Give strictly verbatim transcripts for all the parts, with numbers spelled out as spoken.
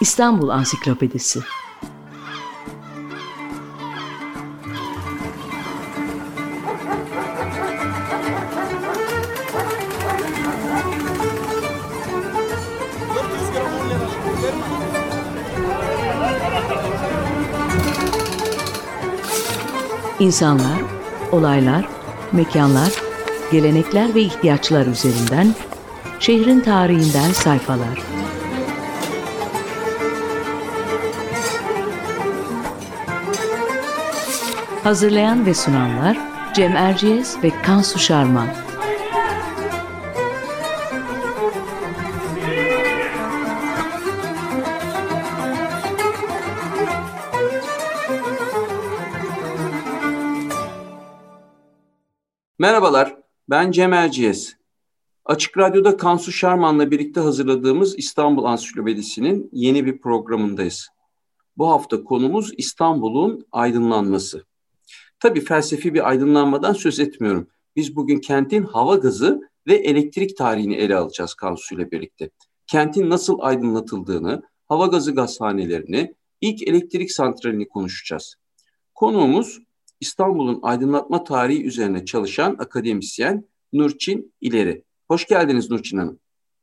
İstanbul Ansiklopedisi. İnsanlar, olaylar, mekanlar, gelenekler ve ihtiyaçlar üzerinden şehrin tarihinden sayfalar. Hazırlayan ve sunanlar Cem Erciyes ve Kansu Şarman. Merhabalar, ben Cem Erciyes. Açık Radyo'da Kansu Şarman'la birlikte hazırladığımız İstanbul Ansiklopedisi'nin yeni bir programındayız. Bu hafta konumuz İstanbul'un aydınlanması. Tabii felsefi bir aydınlanmadan söz etmiyorum. Biz bugün kentin hava gazı ve elektrik tarihini ele alacağız Kansu ile birlikte. Kentin nasıl aydınlatıldığını, hava gazı gazhanelerini, ilk elektrik santralini konuşacağız. Konuğumuz İstanbul'un aydınlatma tarihi üzerine çalışan akademisyen Nurçin İleri. Hoş geldiniz Nurçin Hanım.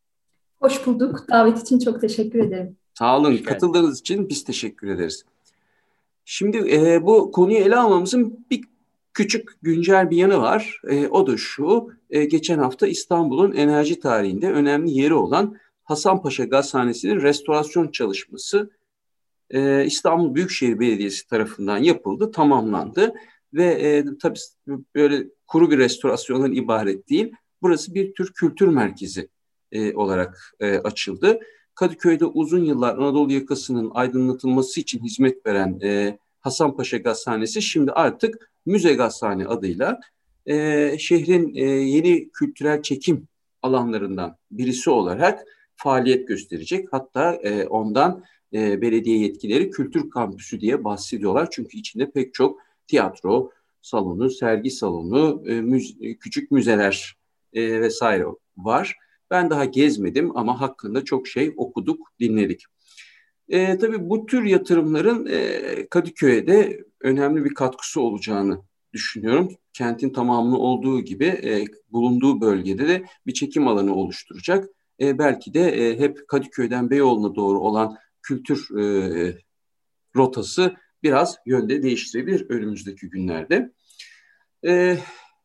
Hoş bulduk. Davet için çok teşekkür ederim. Sağ olun. Katıldığınız için biz teşekkür ederiz. Şimdi e, bu konuyu ele almamızın bir küçük güncel bir yanı var. E, o da şu, e, geçen hafta İstanbul'un enerji tarihinde önemli yeri olan Hasanpaşa Gazhanesi'nin restorasyon çalışması e, İstanbul Büyükşehir Belediyesi tarafından yapıldı, tamamlandı. Ve e, tabii böyle kuru bir restorasyondan ibaret değil. Burası bir tür kültür merkezi e, olarak e, açıldı. Kadıköy'de uzun yıllar Anadolu yakasının aydınlatılması için hizmet veren e, Hasanpaşa Gazhanesi şimdi artık Müze Gazhane adıyla e, şehrin e, yeni kültürel çekim alanlarından birisi olarak faaliyet gösterecek. Hatta e, ondan e, belediye yetkileri kültür kampüsü diye bahsediyorlar. Çünkü içinde pek çok tiyatro salonu, sergi salonu, e, müze, küçük müzeler e, vesaire var. Ben daha gezmedim ama hakkında çok şey okuduk, dinledik. E, tabii bu tür yatırımların e, Kadıköy'e de önemli bir katkısı olacağını düşünüyorum. Kentin tamamını olduğu gibi e, bulunduğu bölgede de bir çekim alanı oluşturacak. E, belki de e, hep Kadıköy'den Beyoğlu'na doğru olan kültür e, rotası biraz yönde değiştirebilir önümüzdeki günlerde. E,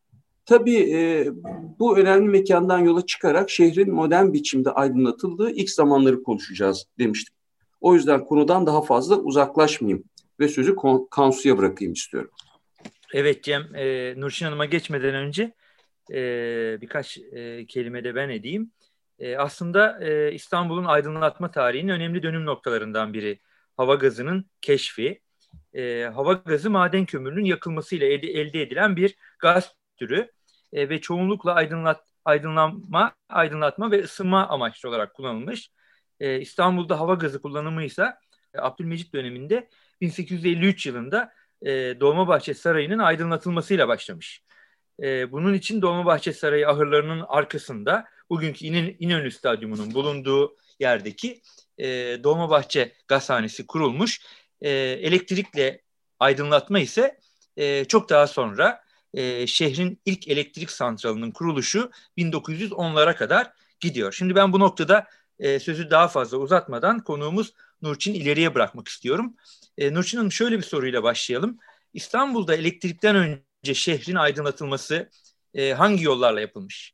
tabii e, bu önemli mekandan yola çıkarak şehrin modern biçimde aydınlatıldığı ilk zamanları konuşacağız demiştim. O yüzden konudan daha fazla uzaklaşmayayım ve sözü Kansu'ya bırakayım istiyorum. Evet Cem, e, Nurçin Hanım'a geçmeden önce e, birkaç e, kelime de ben edeyim. E, aslında e, İstanbul'un aydınlatma tarihinin önemli dönüm noktalarından biri hava gazının keşfi. E, hava gazı maden kömürünün yakılmasıyla elde, elde edilen bir gaz türü e, ve çoğunlukla aydınlat, aydınlanma, aydınlatma ve ısınma amaçlı olarak kullanılmış. E, İstanbul'da hava gazı kullanımı ise e, Abdülmecit döneminde bin sekiz yüz elli üç yılında e, Dolmabahçe Sarayı'nın aydınlatılmasıyla başlamış. E, bunun için Dolmabahçe Sarayı ahırlarının arkasında bugünkü İn- İnönü Stadyumu'nun bulunduğu yerdeki e, Dolmabahçe Gazhanesi kurulmuş. E, elektrikle aydınlatma ise e, çok daha sonra e, şehrin ilk elektrik santralının kuruluşu bin dokuz yüz onlara kadar gidiyor. Şimdi ben bu noktada e, sözü daha fazla uzatmadan konuğumuz Nurçin İleri'ye bırakmak istiyorum. E, Nurçin Hanım, şöyle bir soruyla başlayalım. İstanbul'da elektrikten önce şehrin aydınlatılması e, hangi yollarla yapılmış?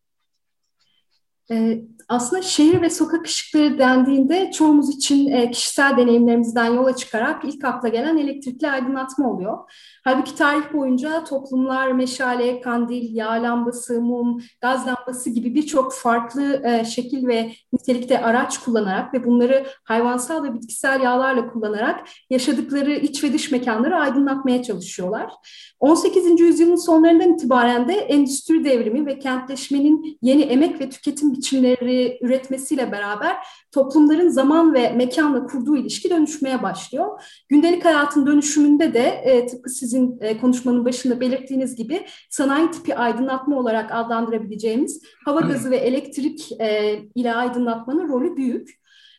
Ee, aslında şehir ve sokak ışıkları dendiğinde çoğumuz için e, kişisel deneyimlerimizden yola çıkarak ilk akla gelen elektrikli aydınlatma oluyor. Halbuki tarih boyunca toplumlar meşale, kandil, yağ lambası, mum, gaz lambası gibi birçok farklı e, şekil ve nitelikte araç kullanarak ve bunları hayvansal ve bitkisel yağlarla kullanarak yaşadıkları iç ve dış mekanları aydınlatmaya çalışıyorlar. on sekizinci yüzyılın sonlarından itibaren de endüstri devrimi ve kentleşmenin yeni emek ve tüketim biçimleri üretmesiyle beraber toplumların zaman ve mekanla kurduğu ilişki dönüşmeye başlıyor. Gündelik hayatın dönüşümünde de e, tıpkı sizin e, konuşmanın başında belirttiğiniz gibi sanayi tipi aydınlatma olarak adlandırabileceğimiz hava gazı ve elektrik e, ile aydınlatmanın rolü büyük.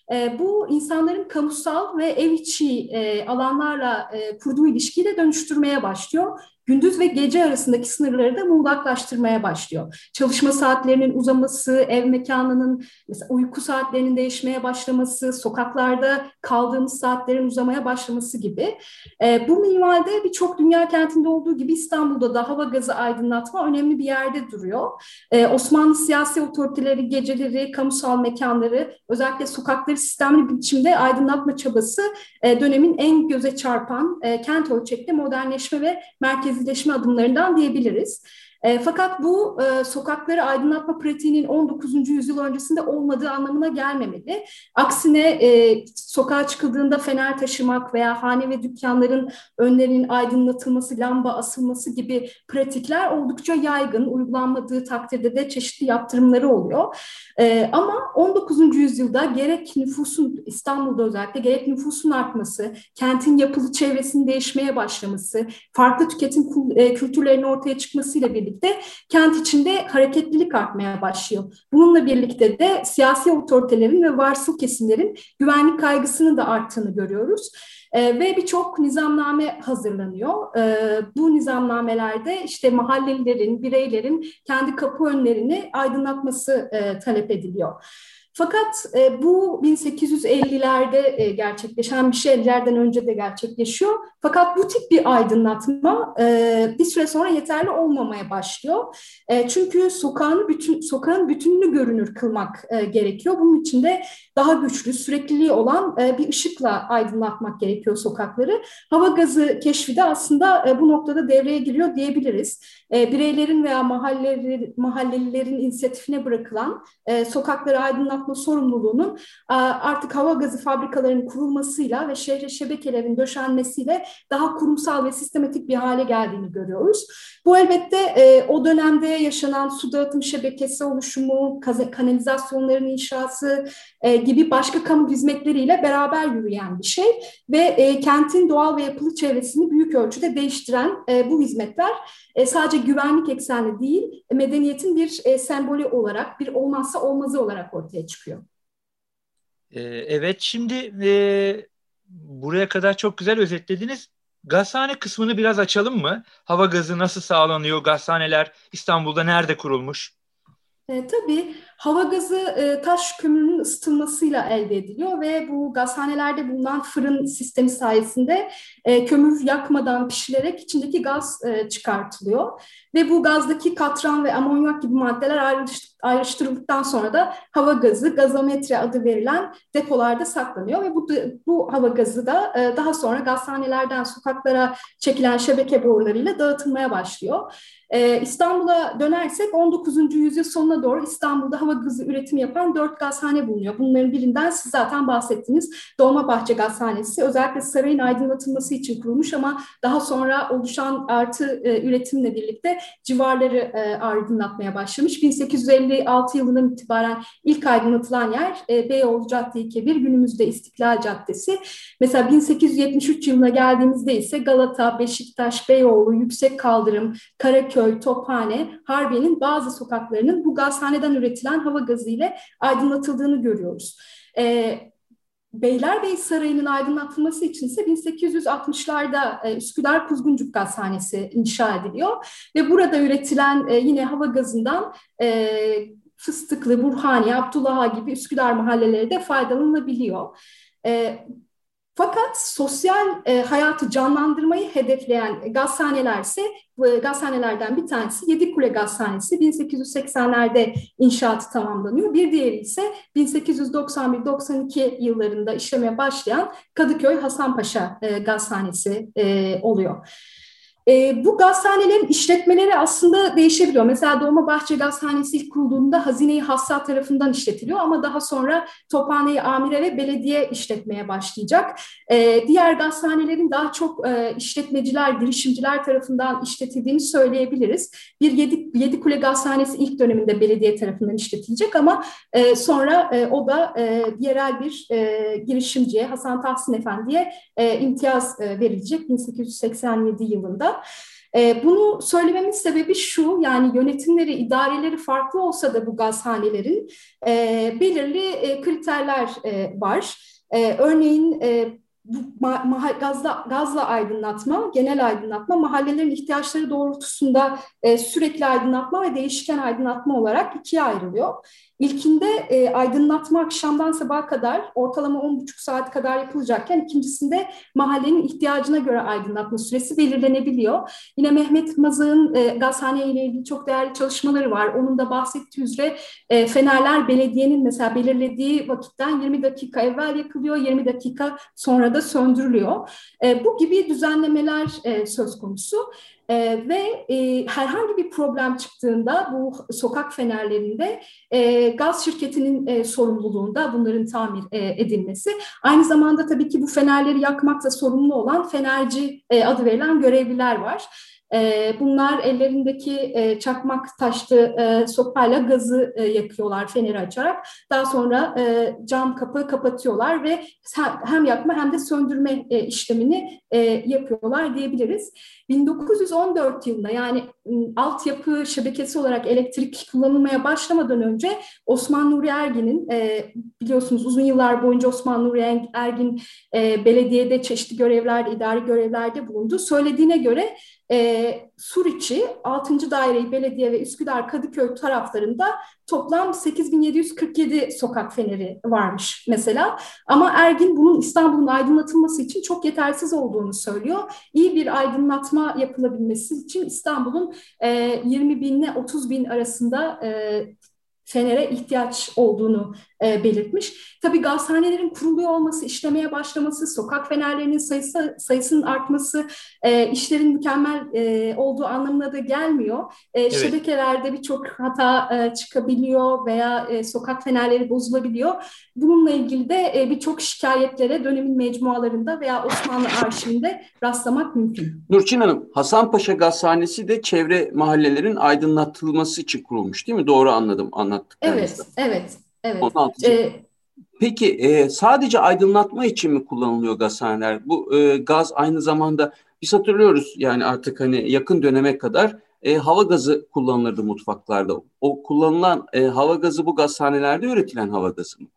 E, bu insanların kamusal ve ev içi e, alanlarla e, kurduğu ilişkiyi de dönüştürmeye başlıyor. Gündüz ve gece arasındaki sınırları da muğlaklaştırmaya başlıyor. Çalışma saatlerinin uzaması, ev mekanının mesela uyku saatlerinin değişmeye başlaması, sokaklarda kaldığımız saatlerin uzamaya başlaması gibi. E, bu minvalde birçok dünya kentinde olduğu gibi İstanbul'da da hava gazı aydınlatma önemli bir yerde duruyor. E, Osmanlı siyasi otoriteleri geceleri, kamusal mekanları, özellikle sokakları sistemli bir biçimde aydınlatma çabası e, dönemin en göze çarpan e, kent ölçekli modernleşme ve merkezileşme adımlarından diyebiliriz. E, fakat bu e, sokakları aydınlatma pratiğinin on dokuzuncu yüzyıl öncesinde olmadığı anlamına gelmemeli. Aksine e, sokağa çıkıldığında fener taşımak veya hane ve dükkanların önlerinin aydınlatılması, lamba asılması gibi pratikler oldukça yaygın. Uygulanmadığı takdirde de çeşitli yaptırımları oluyor. E, ama on dokuzuncu yüzyılda gerek nüfusun, İstanbul'da özellikle gerek nüfusun artması, kentin yapılı çevresinin değişmeye başlaması, farklı tüketim e, kültürlerinin ortaya çıkmasıyla birlikte de kent içinde hareketlilik artmaya başlıyor. Bununla birlikte de siyasi otoritelerin ve varsıl kesimlerin güvenlik kaygısının da arttığını görüyoruz. Ee, ve birçok nizamname hazırlanıyor. Ee, bu nizamnamelerde işte mahallelilerin, bireylerin kendi kapı önlerini aydınlatması e, talep ediliyor. Fakat e, bu bin sekiz yüz ellilerde e, gerçekleşen bir şey, ellilerden önce de gerçekleşiyor. Fakat bu tip bir aydınlatma e, bir süre sonra yeterli olmamaya başlıyor. E, çünkü sokağın bütün sokağın bütününü görünür kılmak e, gerekiyor. Bunun için de daha güçlü, sürekliliği olan e, bir ışıkla aydınlatmak gerekiyor sokakları. Hava gazı keşfi de aslında e, bu noktada devreye giriyor diyebiliriz. E, bireylerin veya mahalleleri, mahallelilerin inisiyatifine bırakılan e, sokakları aydınlatma sorumluluğunun artık hava gazı fabrikalarının kurulmasıyla ve şehre şebekelerin döşenmesiyle daha kurumsal ve sistematik bir hale geldiğini görüyoruz. Bu elbette e, o dönemde yaşanan su dağıtım şebekesi oluşumu, kanalizasyonların inşası e, gibi başka kamu hizmetleriyle beraber yürüyen bir şey ve e, kentin doğal ve yapılı çevresini büyük ölçüde değiştiren e, bu hizmetler e, sadece güvenlik eksenli değil, medeniyetin bir e, sembolü olarak, bir olmazsa olmazı olarak ortaya çıkıyor. Ee, evet, şimdi e, buraya kadar çok güzel özetlediniz. Gazhane kısmını biraz açalım mı? Hava gazı nasıl sağlanıyor? Gazhaneler İstanbul'da nerede kurulmuş? E, tabii hava gazı e, taş kömürünün ısıtılmasıyla elde ediliyor ve bu gazhanelerde bulunan fırın sistemi sayesinde e, kömür yakmadan pişirilerek içindeki gaz e, çıkartılıyor. Ve bu gazdaki katran ve amonyak gibi maddeler ayrıştırıldıktan sonra da hava gazı, gazometre adı verilen depolarda saklanıyor. Ve bu, bu hava gazı da e, daha sonra gazhanelerden sokaklara çekilen şebeke borularıyla dağıtılmaya başlıyor. Ee, İstanbul'a dönersek on dokuzuncu yüzyıl sonuna doğru İstanbul'da hava gazı üretimi yapan dört gazhane bulunuyor. Bunların birinden siz zaten bahsettiniz. Dolmabahçe Gazhanesi özellikle sarayın aydınlatılması için kurulmuş ama daha sonra oluşan artı e, üretimle birlikte civarları e, aydınlatmaya başlamış. bin sekiz yüz elli altı yılından itibaren ilk aydınlatılan yer e, Beyoğlu Cadde-i Kebir, günümüzde İstiklal Caddesi. Mesela bin sekiz yüz yetmiş üç yılına geldiğimizde ise Galata, Beşiktaş, Beyoğlu, Yüksek Kaldırım, Karaköy, Tophane, Harbiye'nin bazı sokaklarının bu gazhaneden üretilen hava gazı ile aydınlatıldığını görüyoruz. E, Beylerbeyi Sarayı'nın aydınlatılması için ise bin sekiz yüz altmışlarda e, Üsküdar Kuzguncuk Gazhanesi inşa ediliyor ve burada üretilen e, yine hava gazından e, Fıstıklı, Burhaniye, Abdullaha gibi Üsküdar mahalleleri de faydalanılabiliyor. E, Fakat sosyal e, hayatı canlandırmayı hedefleyen gazhaneler ise bu gazhanelerden bir tanesi Yedikule Gazhanesi bin sekiz yüz seksenlerde inşaatı tamamlanıyor. Bir diğeri ise bin sekiz yüz doksan bir doksan iki yıllarında işlemeye başlayan Kadıköy Hasanpaşa e, Gazhanesi e, oluyor. E, bu gazhanelerin işletmeleri aslında değişebiliyor. Mesela Dolmabahçe Gazhanesi ilk kurulduğunda Hazine-i Hassa tarafından işletiliyor ama daha sonra Tophane-i Amire ve belediye işletmeye başlayacak. E, diğer gazhanelerin daha çok e, işletmeciler, girişimciler tarafından işletildiğini söyleyebiliriz. Bir Yedi, Yedikule Gazhanesi ilk döneminde belediye tarafından işletilecek ama e, sonra e, o da e, yerel bir e, girişimciye, Hasan Tahsin Efendi'ye e, imtiyaz e, verilecek bin sekiz yüz seksen yedi yılında. E, bunu söylememin sebebi şu, yani yönetimleri, idareleri farklı olsa da bu gazhanelerin e, belirli e, kriterler e, var. E, örneğin e, bu ma- gazla, gazla aydınlatma, genel aydınlatma, mahallelerin ihtiyaçları doğrultusunda e, sürekli aydınlatma ve değişken aydınlatma olarak ikiye ayrılıyor. İlkinde e, aydınlatma akşamdan sabaha kadar ortalama on buçuk saat kadar yapılacakken ikincisinde mahallenin ihtiyacına göre aydınlatma süresi belirlenebiliyor. Yine Mehmet Mazak'ın e, gazhane ile ilgili çok değerli çalışmaları var. Onun da bahsettiği üzere e, fenerler belediyenin mesela belirlediği vakitten yirmi dakika evvel yakılıyor, yirmi dakika sonra da söndürülüyor. E, bu gibi düzenlemeler e, söz konusu. Ee, ve e, herhangi bir problem çıktığında bu sokak fenerlerinde e, gaz şirketinin e, sorumluluğunda bunların tamir e, edilmesi. Aynı zamanda tabii ki bu fenerleri yakmakla sorumlu olan fenerci e, adı verilen görevliler var. Bunlar ellerindeki çakmak taşlı sopayla gazı yakıyorlar feneri açarak. Daha sonra cam kapı kapatıyorlar ve hem yakma hem de söndürme işlemini yapıyorlar diyebiliriz. bin dokuz yüz on dört yılında, yani altyapı şebekesi olarak elektrik kullanılmaya başlamadan önce Osman Nuri Ergin'in, biliyorsunuz uzun yıllar boyunca Osman Nuri Ergin belediyede çeşitli görevlerde, idari görevlerde bulundu. Söylediğine göre E, Suriçi, altıncı Daire Belediye ve Üsküdar Kadıköy taraflarında toplam sekiz bin yedi yüz kırk yedi sokak feneri varmış mesela. Ama Ergin bunun İstanbul'un aydınlatılması için çok yetersiz olduğunu söylüyor. İyi bir aydınlatma yapılabilmesi için İstanbul'un e, yirmi bin ile otuz bin arasında e, fenere ihtiyaç olduğunu e, belirtmiş. Tabii gazhanelerin kuruluyor olması, işlemeye başlaması, sokak fenerlerinin sayısı, sayısının artması e, işlerin mükemmel e, olduğu anlamına da gelmiyor. E, evet. Şebekelerde birçok hata e, çıkabiliyor veya e, sokak fenerleri bozulabiliyor. Bununla ilgili de e, birçok şikayetlere dönemin mecmualarında veya Osmanlı arşivinde rastlamak mümkün. Nurçin Hanım, Hasanpaşa Gazhanesi de çevre mahallelerin aydınlatılması için kurulmuş değil mi? Doğru anladım anlattıklarınızda. Evet, evet, evet. Ee, Peki e, sadece aydınlatma için mi kullanılıyor gazhaneler? Bu e, gaz aynı zamanda biz hatırlıyoruz, yani artık hani yakın döneme kadar e, hava gazı kullanılırdı mutfaklarda. O kullanılan e, hava gazı bu gazhanelerde üretilen hava gazı mı?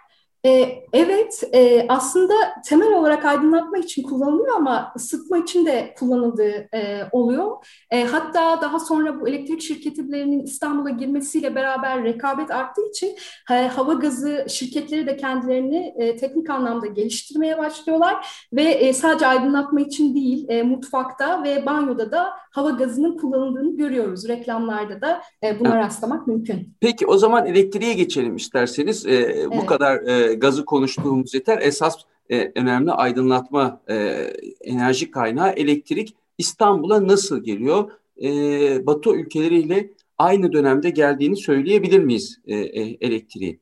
Ee, evet, e, aslında temel olarak aydınlatma için kullanılıyor ama ısıtma için de kullanıldığı e, oluyor. E, hatta daha sonra bu elektrik şirketlerinin İstanbul'a girmesiyle beraber rekabet arttığı için e, hava gazı şirketleri de kendilerini e, teknik anlamda geliştirmeye başlıyorlar ve e, sadece aydınlatma için değil, e, mutfakta ve banyoda da hava gazının kullanıldığını görüyoruz. Reklamlarda da e, buna rastlamak mümkün. Peki o zaman elektriğe geçelim isterseniz. E, evet. Bu kadar e, gazı konuştuğumuz yeter. Esas e, önemli aydınlatma e, enerji kaynağı elektrik. İstanbul'a nasıl geliyor? E, Batı ülkeleriyle aynı dönemde geldiğini söyleyebilir miyiz e, e, elektriği?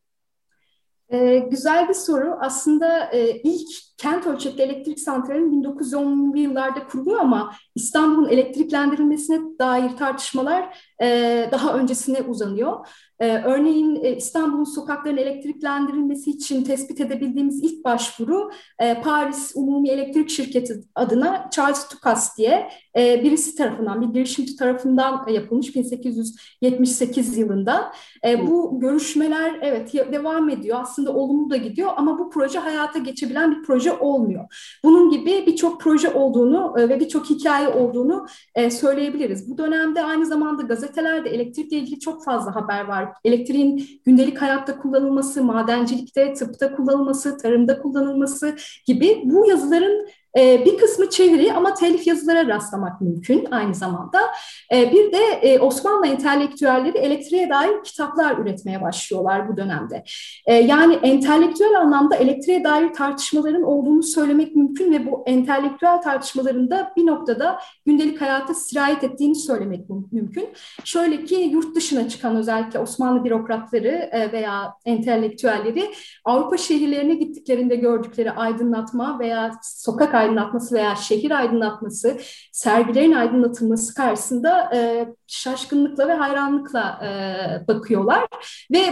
E, güzel bir soru. Aslında e, ilk kent ölçekli elektrik santralinin bin dokuz yüz onlu yıllarda kuruluyor ama İstanbul'un elektriklendirilmesine dair tartışmalar e, daha öncesine uzanıyor. Ee, örneğin e, İstanbul'un sokaklarının elektriklendirilmesi için tespit edebildiğimiz ilk başvuru e, Paris Umumi Elektrik Şirketi adına Charles Dukas diye e, birisi tarafından, bir girişimci tarafından yapılmış bin sekiz yüz yetmiş sekiz yılında. E, bu görüşmeler evet devam ediyor. Aslında olumlu da gidiyor ama bu proje hayata geçebilen bir proje olmuyor. Bunun gibi birçok proje olduğunu e, ve birçok hikaye olduğunu e, söyleyebiliriz. Bu dönemde aynı zamanda gazetelerde elektrikle ilgili çok fazla haber var. Elektriğin gündelik hayatta kullanılması, madencilikte, tıpta kullanılması, tarımda kullanılması gibi bu yazıların e, bir kısmı çeviri ama telif yazılara rastlamak mümkün aynı zamanda. E, bir de e, Osmanlı entelektüelleri elektriğe dair kitaplar üretmeye başlıyorlar bu dönemde. E, yani entelektüel anlamda elektriğe dair tartışmaların olduğunu söylemek mümkün ve bu entelektüel tartışmaların da bir noktada gündelik hayata sirayet ettiğini söylemek mümkün. Şöyle ki yurt dışına çıkan özellikle Osmanlı bürokratları veya entelektüelleri Avrupa şehirlerine gittiklerinde gördükleri aydınlatma veya sokak aydınlatması veya şehir aydınlatması, sergilerin aydınlatılması karşısında şaşkınlıkla ve hayranlıkla bakıyorlar ve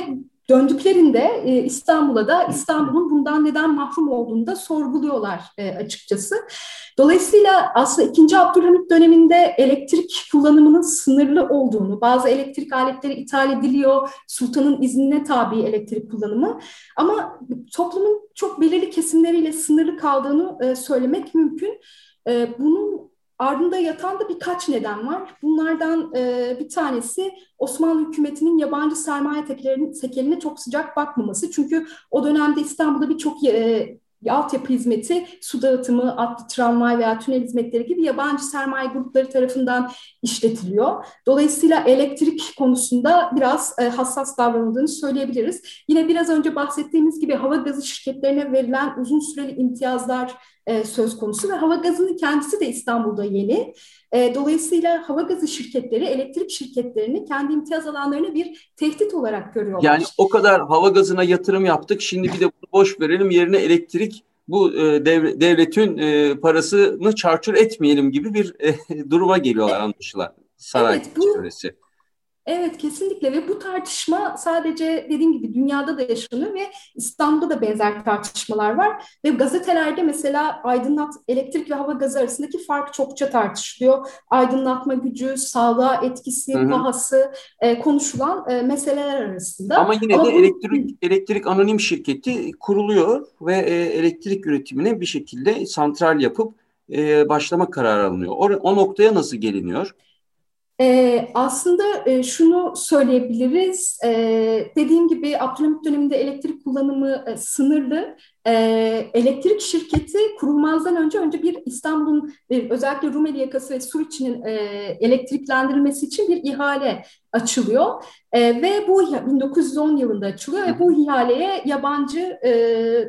döndüklerinde e, İstanbul'a da İstanbul'un bundan neden mahrum olduğunu da sorguluyorlar e, açıkçası. Dolayısıyla aslında ikinci. Abdülhamit döneminde elektrik kullanımının sınırlı olduğunu, bazı elektrik aletleri ithal ediliyor, sultanın iznine tabi elektrik kullanımı, ama toplumun çok belirli kesimleriyle sınırlı kaldığını e, söylemek mümkün. E, bunun ardında yatan da birkaç neden var. Bunlardan e, bir tanesi Osmanlı hükümetinin yabancı sermaye tekeline çok sıcak bakmaması. Çünkü o dönemde İstanbul'da birçok e, altyapı hizmeti, su dağıtımı, atlı tramvay veya tünel hizmetleri gibi yabancı sermaye grupları tarafından işletiliyor. Dolayısıyla elektrik konusunda biraz e, hassas davranıldığını söyleyebiliriz. Yine biraz önce bahsettiğimiz gibi hava gazı şirketlerine verilen uzun süreli imtiyazlar e, söz konusu ve hava gazının kendisi de İstanbul'da yeni. E, dolayısıyla hava gazı şirketleri elektrik şirketlerini kendi imtiyaz alanlarına bir tehdit olarak görüyorlar. Yani o kadar hava gazına yatırım yaptık, şimdi bir de bunu boş verelim, yerine elektrik, bu e, dev, devletin e, parasını çarçur etmeyelim gibi bir e, duruma geliyorlar anlaşılan saray evet, bu, çevresi. Evet, kesinlikle ve bu tartışma sadece dediğim gibi dünyada da yaşanıyor ve İstanbul'da da benzer tartışmalar var. Ve gazetelerde mesela aydınlat, elektrik ve hava gazı arasındaki fark çokça tartışılıyor. Aydınlatma gücü, sağlığa etkisi, hı hı. pahası e, konuşulan e, meseleler arasında. Ama yine Ama de bu, elektrik elektrik anonim şirketi kuruluyor ve e, elektrik üretimine bir şekilde santral yapıp e, başlama kararı alınıyor. O, o noktaya nasıl geliniyor? Ee, aslında e, şunu söyleyebiliriz, ee, dediğim gibi Abdülhamit döneminde elektrik kullanımı e, sınırlı. Ee, elektrik şirketi kurulmazdan önce önce bir İstanbul'un e, özellikle Rumeli yakası ve Suriçi'nin e, elektriklendirilmesi için bir ihale açılıyor. E, ve bu bin dokuz yüz on yılında açılıyor ve bu ihaleye yabancı e,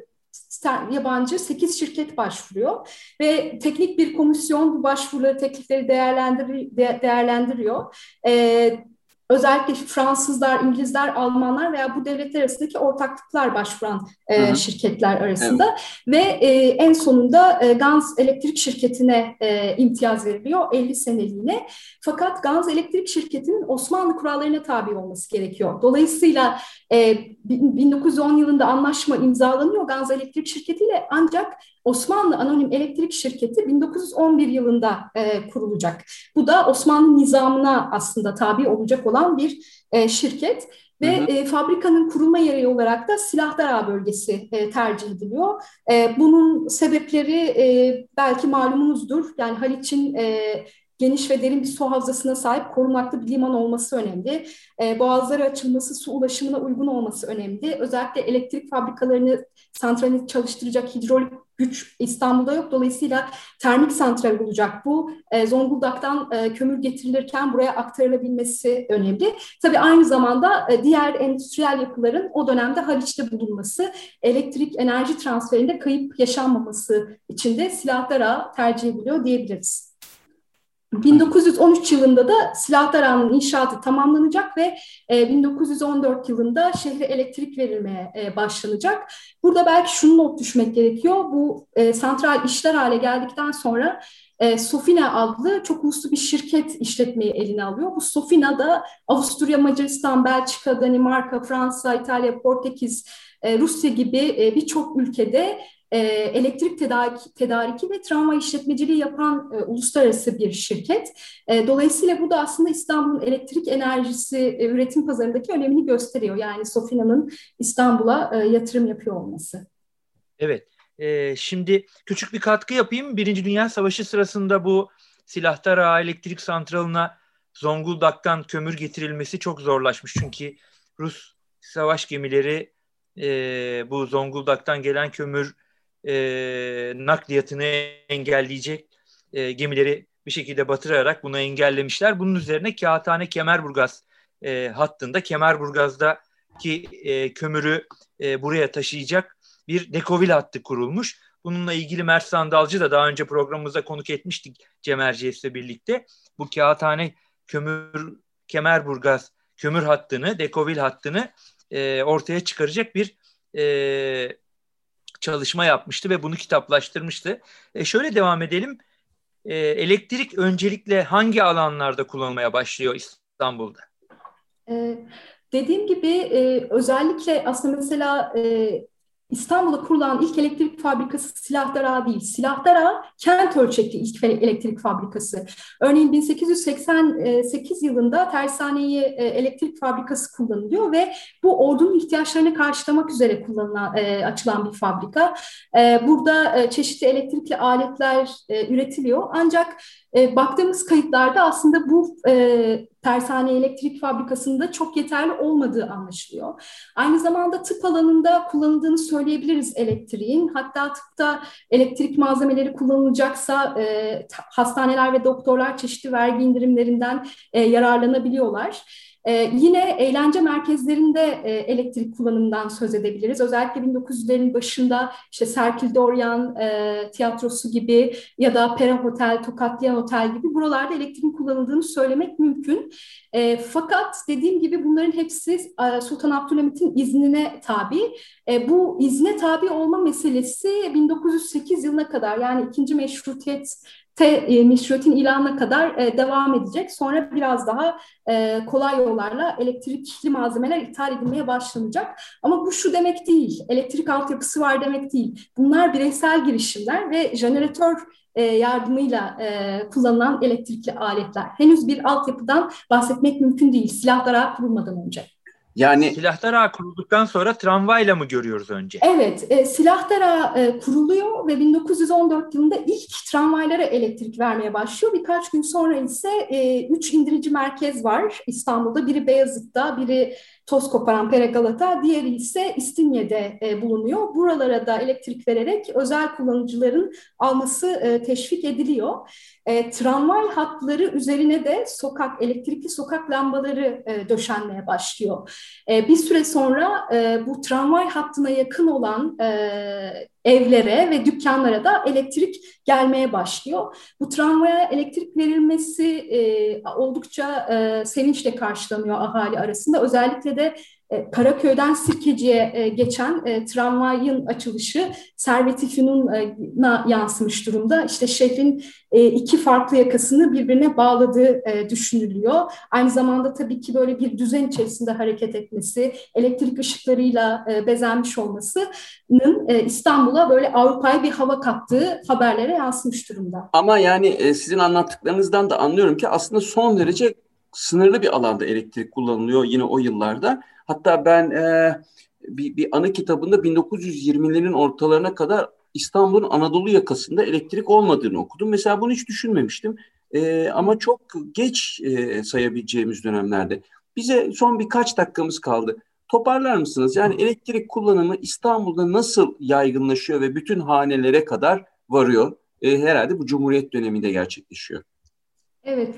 yabancı sekiz şirket başvuruyor ve teknik bir komisyon bu başvuruları, teklifleri değerlendir, değerlendiriyor. Ee, özellikle Fransızlar, İngilizler, Almanlar veya bu devletler arasındaki ortaklıklar başvuran e, şirketler arasında evet. ve e, en sonunda e, Gans Elektrik Şirketi'ne e, imtiyaz veriliyor elli seneliğine. Fakat Gans Elektrik Şirketi'nin Osmanlı kurallarına tabi olması gerekiyor. Dolayısıyla e, bin dokuz yüz on yılında anlaşma imzalanıyor Gans Elektrik Şirketi ile, ancak Osmanlı Anonim Elektrik Şirketi bin dokuz yüz on bir yılında e, kurulacak. Bu da Osmanlı nizamına aslında tabi olacak olan bir e, şirket. Ve hı hı. E, fabrikanın kurulma yeri olarak da Silahdar bölgesi e, tercih ediliyor. E, bunun sebepleri e, belki malumunuzdur. Yani Haliç'in e, geniş ve derin bir su havzasına sahip korunaklı bir liman olması önemli. E, boğazları açılması, su ulaşımına uygun olması önemli. Özellikle elektrik fabrikalarını, santralini çalıştıracak hidrolik güç İstanbul'da yok. Dolayısıyla termik santral olacak bu. E, Zonguldak'tan e, kömür getirilirken buraya aktarılabilmesi önemli. Tabii aynı zamanda e, diğer endüstriyel yapıların o dönemde Haliç'te bulunması, elektrik enerji transferinde kayıp yaşanmaması için de Silahdar Ağı tercih ediliyor diyebiliriz. bin dokuz yüz on üç yılında da Silahdar Ağı'nın inşaatı tamamlanacak ve e, bin dokuz yüz on dört yılında şehre elektrik verilmeye e, başlanacak. Burada belki şunu not düşmek gerekiyor. Bu e, santral işler hale geldikten sonra e, Sofina adlı çok uluslu bir şirket işletmeyi eline alıyor. Bu Sofina da Avusturya, Macaristan, Belçika, Danimarka, Fransa, İtalya, Portekiz, e, Rusya gibi e, birçok ülkede E, elektrik tedariki, tedariki ve tramvay işletmeciliği yapan e, uluslararası bir şirket. E, dolayısıyla bu da aslında İstanbul'un elektrik enerjisi e, üretim pazarındaki önemini gösteriyor. Yani Sofina'nın İstanbul'a e, yatırım yapıyor olması. Evet. E, şimdi küçük bir katkı yapayım. Birinci Dünya Savaşı sırasında bu Silahdar Ağı elektrik santralına Zonguldak'tan kömür getirilmesi çok zorlaşmış. Çünkü Rus savaş gemileri e, bu Zonguldak'tan gelen kömür E, nakliyatını engelleyecek e, gemileri bir şekilde batırarak bunu engellemişler. Bunun üzerine Kağıthane Kemerburgaz e, hattında Kemerburgaz'daki e, kömürü e, buraya taşıyacak bir dekovil hattı kurulmuş. Bununla ilgili Mert Sandalcı da daha önce programımıza konuk etmiştik Cem Erciyes'le birlikte. Bu Kağıthane kömür Kemerburgaz kömür hattını, dekovil hattını e, ortaya çıkaracak bir e, çalışma yapmıştı ve bunu kitaplaştırmıştı. E şöyle devam edelim. E, elektrik öncelikle hangi alanlarda kullanılmaya başlıyor İstanbul'da? E, Dediğim gibi e, özellikle aslında mesela e, İstanbul'da kurulan ilk elektrik fabrikası Silahdağı değil. Silahdağı kent ölçekli ilk elektrik fabrikası. Örneğin bin sekiz yüz seksen sekiz yılında Tersaneyi e, elektrik fabrikası kullanılıyor ve bu ordunun ihtiyaçlarını karşılamak üzere kullanılan, e, açılan bir fabrika. E, burada e, çeşitli elektrikli aletler e, üretiliyor. Ancak e, baktığımız kayıtlarda aslında bu e, Tersane Elektrik Fabrikası'nda çok yeterli olmadığı anlaşılıyor. Aynı zamanda tıp alanında kullanıldığını söyleyebiliriz elektriğin. Hatta tıpta elektrik malzemeleri kullanılacaksa e, hastaneler ve doktorlar çeşitli vergi indirimlerinden e, yararlanabiliyorlar. Ee, yine eğlence merkezlerinde e, elektrik kullanımından söz edebiliriz. Özellikle bin dokuz yüzlerin başında işte Serkil Doryan e, tiyatrosu gibi ya da Pera Hotel, Tokatlıyan Otel gibi buralarda elektriğin kullanıldığını söylemek mümkün. E, fakat dediğim gibi bunların hepsi e, Sultan Abdülhamit'in iznine tabi. E, bu izne tabi olma meselesi bin dokuz yüz sekiz yılına kadar, yani ikinci meşrutiyet Te, e, meşruiyetin ilanına kadar e, devam edecek. Sonra biraz daha e, kolay yollarla elektrikli malzemeler ithal edilmeye başlanacak. Ama bu şu demek değil, elektrik altyapısı var demek değil. Bunlar bireysel girişimler ve jeneratör e, yardımıyla e, kullanılan elektrikli aletler. Henüz bir altyapıdan bahsetmek mümkün değil, Silahdağı kurulmadan önce. Yani Silahdağı kurulduktan sonra tramvayla mı görüyoruz önce? Evet, e, Silahdağı e, kuruluyor ve bin dokuz yüz on dört yılında ilk tramvaylara elektrik vermeye başlıyor. Birkaç gün sonra ise e, üç indirici merkez var İstanbul'da. Biri Beyazıt'ta, biri Tozkoparan, Pera Galata, diğeri ise İstinye'de e, bulunuyor. Buralara da elektrik vererek özel kullanıcıların alması e, teşvik ediliyor. E, tramvay hatları üzerine de sokak, elektrikli sokak lambaları e, döşenmeye başlıyor. E, bir süre sonra e, bu tramvay hattına yakın olan e, evlere ve dükkanlara da elektrik gelmeye başlıyor. Bu tramvaya elektrik verilmesi e, oldukça e, sevinçle karşılanıyor ahali arasında. Özellikle de e, Karaköy'den Sirkeci'ye e, geçen e, tramvayın açılışı Servet-i Fünun'a yansımış durumda. İşte şehrin e, iki farklı yakasını birbirine bağladığı e, düşünülüyor. Aynı zamanda tabii ki böyle bir düzen içerisinde hareket etmesi, elektrik ışıklarıyla e, bezenmiş olmasının e, İstanbul'a böyle Avrupa'ya bir hava kattığı haberlere yansımış durumda. Ama yani e, sizin anlattıklarınızdan da anlıyorum ki aslında son derece sınırlı bir alanda elektrik kullanılıyor yine o yıllarda. Hatta ben e, bir, bir anı kitabında bin dokuz yüz yirmilerin ortalarına kadar İstanbul'un Anadolu yakasında elektrik olmadığını okudum. Mesela bunu hiç düşünmemiştim. E, ama çok geç e, sayabileceğimiz dönemlerde. Bize son birkaç dakikamız kaldı. Toparlar mısınız? Yani elektrik kullanımı İstanbul'da nasıl yaygınlaşıyor ve bütün hanelere kadar varıyor? E, herhalde bu Cumhuriyet döneminde gerçekleşiyor. Evet.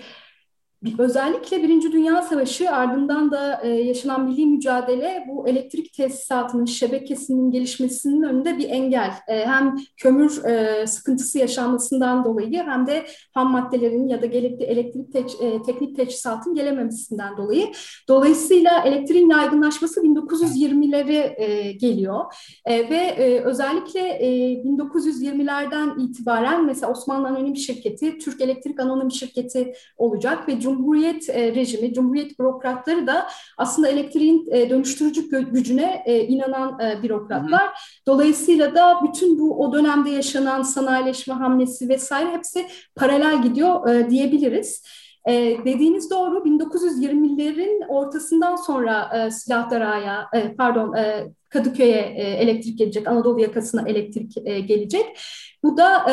Özellikle Birinci Dünya Savaşı ardından da e, yaşanan milli mücadele bu elektrik tesisatının, şebekesinin gelişmesinin önünde bir engel. E, hem kömür e, sıkıntısı yaşanmasından dolayı hem de ham maddelerin ya da gerekli elektrik teç, e, teknik teçhizatın gelememesinden dolayı. Dolayısıyla elektriğin yaygınlaşması bin dokuz yüz yirmilere e, geliyor. E, ve e, özellikle e, bin dokuz yüz yirmilerden itibaren mesela Osmanlı Anonim Şirketi, Türk Elektrik Anonim Şirketi olacak ve Cumhuriyet e, rejimi, Cumhuriyet bürokratları da aslında elektriğin e, dönüştürücü gü- gücüne e, inanan e, bürokratlar. Hı hı. Dolayısıyla da bütün bu o dönemde yaşanan sanayileşme hamlesi vesaire hepsi paralel gidiyor e, diyebiliriz. E, dediğiniz doğru, bin dokuz yüz yirmilerin ortasından sonra e, Silahdağ'a, e, pardon e, Kadıköy'e e, elektrik gelecek, Anadolu yakasına elektrik e, gelecek. Bu da e,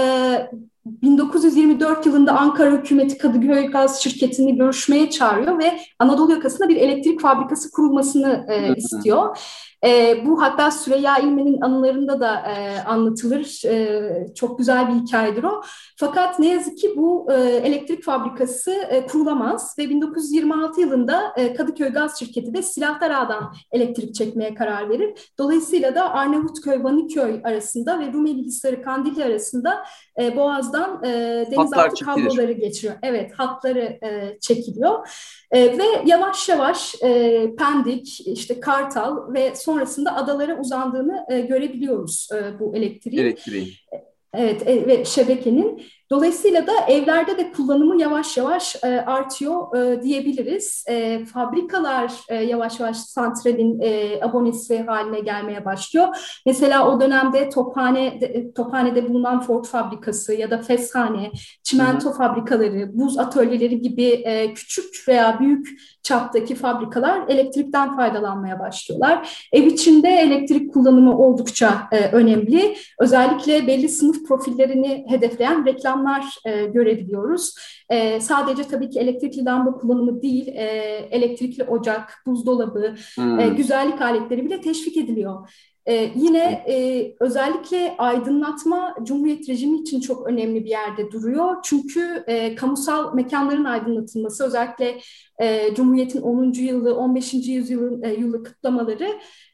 bin dokuz yüz yirmi dört yılında Ankara hükümeti Kadıköy Gaz Şirketi'ni görüşmeye çağırıyor ve Anadolu yakasında bir elektrik fabrikası kurulmasını e, istiyor. E, bu hatta Süreyya İlmen'in anılarında da e, anlatılır. E, çok güzel bir hikayedir o. Fakat ne yazık ki bu e, elektrik fabrikası e, kurulamaz ve bin dokuz yüz yirmi altı yılında e, Kadıköy Gaz Şirketi de Silahdağ'dan elektrik çekmeye karar verir. Dolayısıyla da Arnavutköy-Vaniköy arasında ve Rumeli-Hisarı Kandilli arasında e, Boğaz'dan e, denizaltı kabloları geçiyor. Evet, hatları e, çekiliyor. E, ve yavaş yavaş e, Pendik, işte Kartal ve sonrasında adalara uzandığını e, görebiliyoruz e, bu elektriğin. Elektriğin. Evet, e, ve şebekenin. Dolayısıyla da evlerde de kullanımı yavaş yavaş e, artıyor e, diyebiliriz. E, fabrikalar e, yavaş yavaş santralin e, abonesi haline gelmeye başlıyor. Mesela o dönemde Tophane, Tophane'de bulunan Ford fabrikası ya da Feshane, çimento Hı-hı. fabrikaları, buz atölyeleri gibi e, küçük veya büyük çaptaki fabrikalar elektrikten faydalanmaya başlıyorlar. Ev içinde elektrik kullanımı oldukça e, önemli. Özellikle belli sınıf profillerini hedefleyen reklamlar e, görebiliyoruz. E, sadece tabii ki elektrikli lamba kullanımı değil, e, elektrikli ocak, buzdolabı, hmm. e, güzellik aletleri bile teşvik ediliyor. Ee, yine e, özellikle aydınlatma Cumhuriyet rejimi için çok önemli bir yerde duruyor. Çünkü e, kamusal mekanların aydınlatılması, özellikle e, Cumhuriyet'in onuncu yılı, on beşinci yüzyılın e, yılı kutlamaları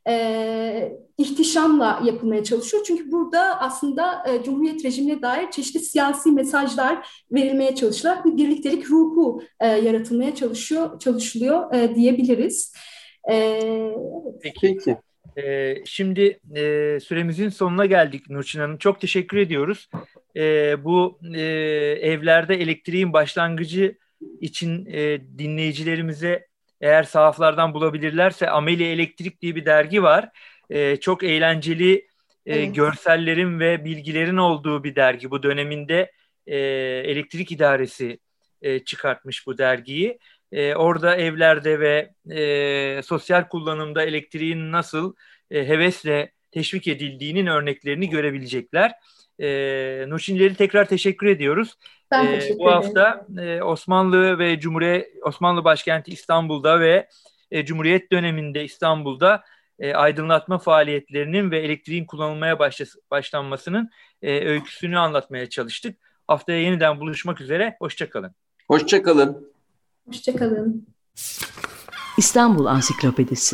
e, ihtişamla yapılmaya çalışıyor. Çünkü burada aslında e, Cumhuriyet rejimine dair çeşitli siyasi mesajlar verilmeye çalışılarak bir birliktelik ruhu e, yaratılmaya çalışıyor, çalışılıyor e, diyebiliriz. E, Peki. Ee, şimdi e, süremizin sonuna geldik Nurçin Hanım. Çok teşekkür ediyoruz. E, bu e, evlerde elektriğin başlangıcı için e, dinleyicilerimize eğer sahaflardan bulabilirlerse Ameli Elektrik diye bir dergi var. E, çok eğlenceli e, evet. görsellerin ve bilgilerin olduğu bir dergi. Bu döneminde e, elektrik idaresi e, çıkartmış bu dergiyi. Ee, orada evlerde ve e, sosyal kullanımda elektriğin nasıl e, hevesle teşvik edildiğinin örneklerini görebilecekler. E, Nurçinleri tekrar teşekkür ediyoruz. Ben e, teşekkür bu hafta e, Osmanlı ve Cumhuriyet Osmanlı başkenti İstanbul'da ve e, Cumhuriyet döneminde İstanbul'da e, aydınlatma faaliyetlerinin ve elektriğin kullanılmaya başlas- başlanmasının e, öyküsünü anlatmaya çalıştık. Haftaya yeniden buluşmak üzere. Hoşça kalın. Hoşça kalın. Hoşçakalın. İstanbul Ansiklopedisi.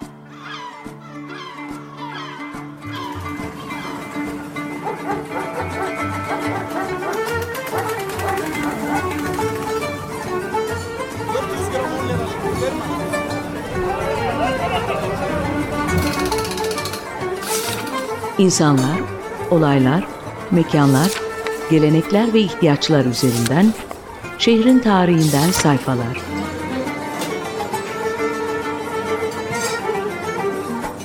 İnsanlar, olaylar, mekanlar, gelenekler ve ihtiyaçlar üzerinden şehrin tarihinden sayfalar.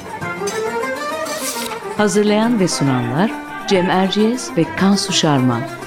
Hazırlayan ve sunanlar Cem Erciyes ve Kansu Şarman.